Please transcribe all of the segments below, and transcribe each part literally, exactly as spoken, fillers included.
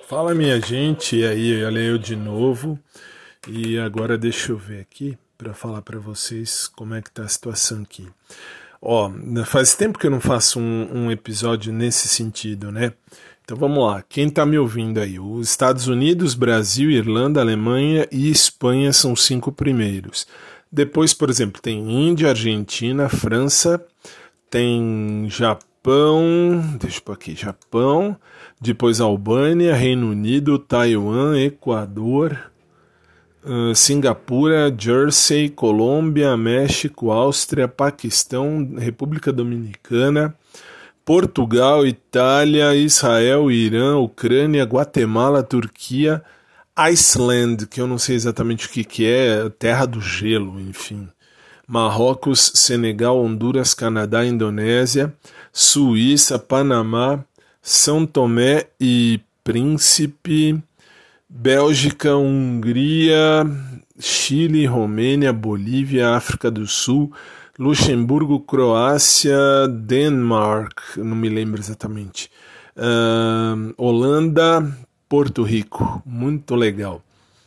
Fala, minha gente, e aí, olha eu de novo. E agora deixa eu ver aqui para falar para vocês como é que tá a situação aqui. Ó, faz tempo que eu não faço um, um episódio nesse sentido, né? Então vamos lá, quem tá me ouvindo aí? Os Estados Unidos, Brasil, Irlanda, Alemanha e Espanha são os cinco primeiros. Depois, por exemplo, tem Índia, Argentina, França, tem Japão, deixa eu pôr aqui, Japão, depois Albânia, Reino Unido, Taiwan, Equador, uh, Singapura, Jersey, Colômbia, México, Áustria, Paquistão, República Dominicana, Portugal, Itália, Israel, Irã, Ucrânia, Guatemala, Turquia, Iceland, que eu não sei exatamente o que, que é, terra do gelo, enfim. Marrocos, Senegal, Honduras, Canadá, Indonésia, Suíça, Panamá, São Tomé e Príncipe, Bélgica, Hungria, Chile, Romênia, Bolívia, África do Sul, Luxemburgo, Croácia, Denmark, não me lembro exatamente, uh, Holanda, Porto Rico, muito legal.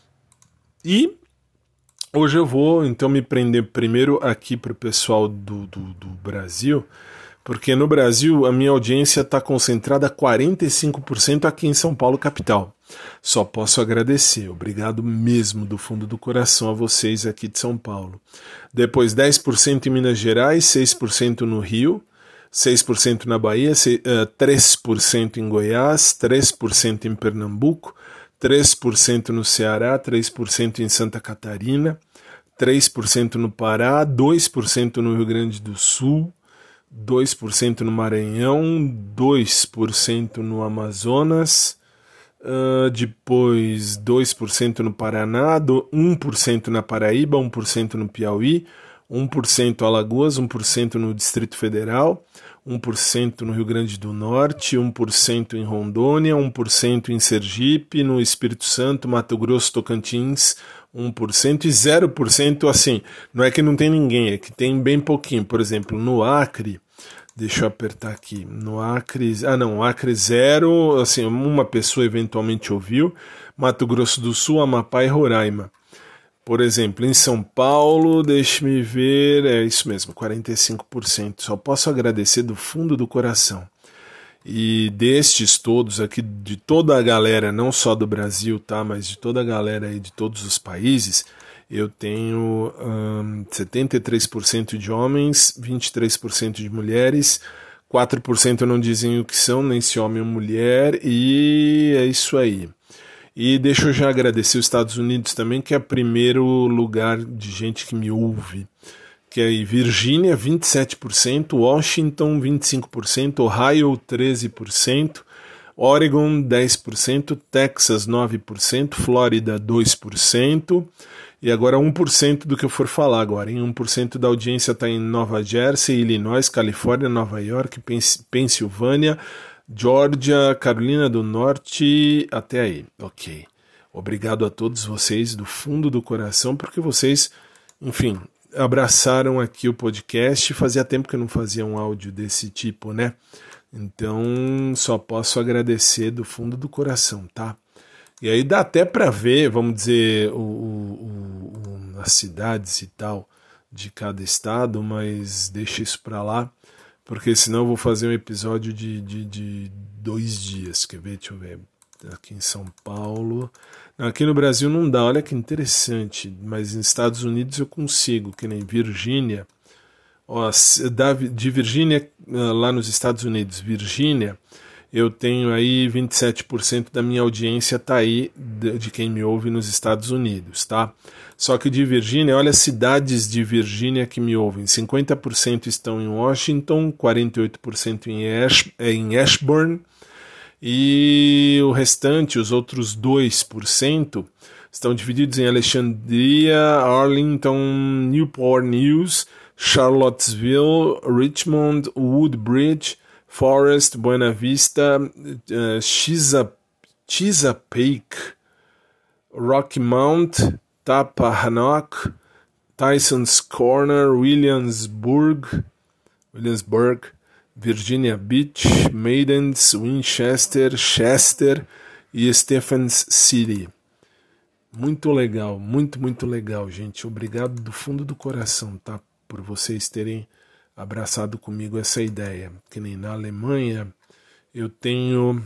E hoje eu vou então me prender primeiro aqui para o pessoal do, do, do Brasil, porque no Brasil a minha audiência está concentrada quarenta e cinco por cento aqui em São Paulo, capital. Só posso agradecer, obrigado mesmo do fundo do coração a vocês aqui de São Paulo. Depois dez por cento em Minas Gerais, seis por cento no Rio, seis por cento na Bahia, três por cento em Goiás, três por cento em Pernambuco, três por cento no Ceará, três por cento em Santa Catarina, três por cento no Pará, dois por cento no Rio Grande do Sul, dois por cento no Maranhão, dois por cento no Amazonas, uh, depois dois por cento no Paraná, um por cento na Paraíba, um por cento no Piauí, um por cento Alagoas, um por cento no Distrito Federal, um por cento no Rio Grande do Norte, um por cento em Rondônia, um por cento em Sergipe, no Espírito Santo, Mato Grosso, Tocantins, um por cento e zero por cento, assim, não é que não tem ninguém, é que tem bem pouquinho. Por exemplo, no Acre, deixa eu apertar aqui, no Acre, ah não, Acre zero, assim, uma pessoa eventualmente ouviu, Mato Grosso do Sul, Amapá e Roraima. Por exemplo, em São Paulo, deixe-me ver, é isso mesmo, quarenta e cinco por cento. Só posso agradecer do fundo do coração. E destes todos aqui, de toda a galera, não só do Brasil, tá, mas de toda a galera aí de todos os países, eu tenho hum, setenta e três por cento de homens, vinte e três por cento de mulheres, quatro por cento não dizem o que são, nem se homem ou mulher, e é isso aí. E deixa eu já agradecer os Estados Unidos também, que é o primeiro lugar de gente que me ouve. Que é aí Virgínia, vinte e sete por cento, Washington, vinte e cinco por cento, Ohio, treze por cento, Oregon, dez por cento, Texas, nove por cento, Flórida, dois por cento, e agora um por cento do que eu for falar agora. Em um por cento da audiência está em Nova Jersey, Illinois, Califórnia, Nova York, Pens- Pensilvânia, Georgia, Carolina do Norte, até aí, ok. Obrigado a todos vocês do fundo do coração, porque vocês, enfim, abraçaram aqui o podcast. Fazia tempo que eu não fazia um áudio desse tipo, né? Então, só posso agradecer do fundo do coração, tá? E aí dá até para ver, vamos dizer, o, o, o, as cidades e tal de cada estado, mas deixa isso para lá, porque senão eu vou fazer um episódio de, de, de dois dias, quer ver? Deixa eu ver, aqui em São Paulo, não, aqui no Brasil não dá, olha que interessante, mas nos Estados Unidos eu consigo, que nem Virgínia, ó, de Virgínia, lá nos Estados Unidos, Virgínia, eu tenho aí vinte e sete por cento da minha audiência tá aí, de, de quem me ouve nos Estados Unidos, tá? Só que de Virgínia, olha as cidades de Virgínia que me ouvem. cinquenta por cento estão em Washington, quarenta e oito por cento em, Ash, em Ashburn, e o restante, os outros dois por cento, estão divididos em Alexandria, Arlington, Newport News, Charlottesville, Richmond, Woodbridge, Forest, Buena Vista, uh, Chesapeake, Rocky Mount, Tappahannock, Tysons Corner, Williamsburg, Williamsburg, Virginia Beach, Maidens, Winchester, Chester e Stephens City. Muito legal, muito, muito legal, gente. Obrigado do fundo do coração, tá? Por vocês terem abraçado comigo essa ideia. Que nem na Alemanha, eu tenho...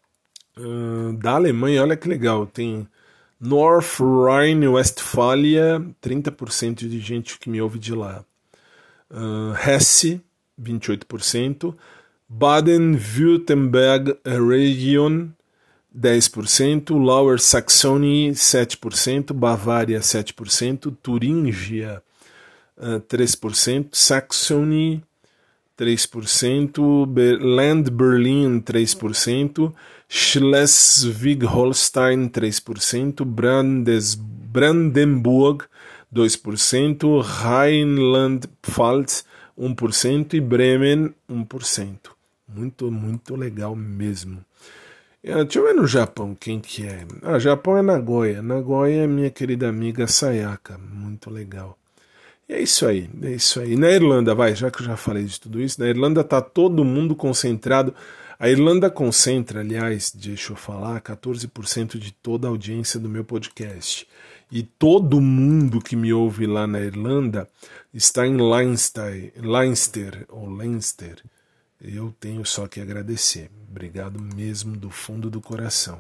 Uh, da Alemanha, olha que legal, tem North Rhine-Westphalia, trinta por cento de gente que me ouve de lá. Uh, Hesse, vinte e oito por cento. Baden-Württemberg Region, dez por cento, Lower Saxony, sete por cento, Bavária, sete por cento, Turíngia, uh, três por cento, Saxony, três por cento, Be- Land Berlin, três por cento, Schleswig-Holstein, três por cento, Brandes- Brandenburg, dois por cento, Rheinland-Pfalz, um por cento e Bremen, um por cento. Muito, muito legal mesmo. Deixa eu ver no Japão quem que é. Ah, Japão é Nagoya. Nagoya é minha querida amiga Sayaka. Muito legal. E é isso aí, é isso aí. Na Irlanda, vai, já que eu já falei de tudo isso, na Irlanda tá todo mundo concentrado. A Irlanda concentra, aliás, deixa eu falar, quatorze por cento de toda a audiência do meu podcast. E todo mundo que me ouve lá na Irlanda está em Leinster, Leinster ou Leinster. Eu tenho só que agradecer. Obrigado mesmo do fundo do coração.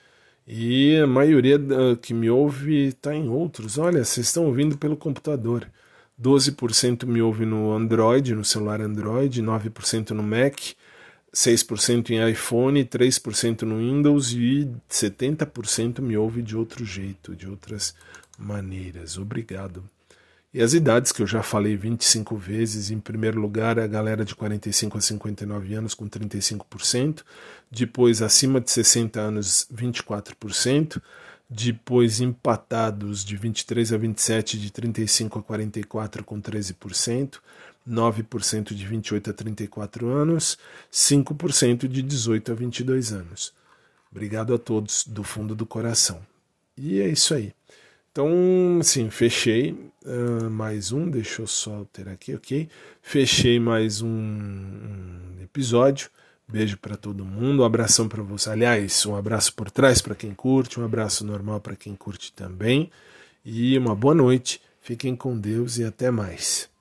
E a maioria que me ouve está em outros. Olha, vocês estão ouvindo pelo computador. doze por cento me ouve no Android, no celular Android, nove por cento no Mac, seis por cento em iPhone, três por cento no Windows e setenta por cento me ouve de outro jeito, de outras maneiras. Obrigado. E as idades que eu já falei vinte e cinco vezes, em primeiro lugar a galera de quarenta e cinco a cinquenta e nove anos com trinta e cinco por cento, depois acima de sessenta anos vinte e quatro por cento, depois empatados de vinte e três a vinte e sete, de trinta e cinco a quarenta e quatro com treze por cento, nove por cento de vinte e oito a trinta e quatro anos, cinco por cento de dezoito a vinte e dois anos. Obrigado a todos do fundo do coração. E é isso aí. Então, assim, fechei uh, mais um, deixa eu só alterar aqui, ok? Fechei mais um, um episódio. Beijo para todo mundo, um abração para você. Aliás, um abraço por trás para quem curte, um abraço normal para quem curte também. E uma boa noite, fiquem com Deus e até mais.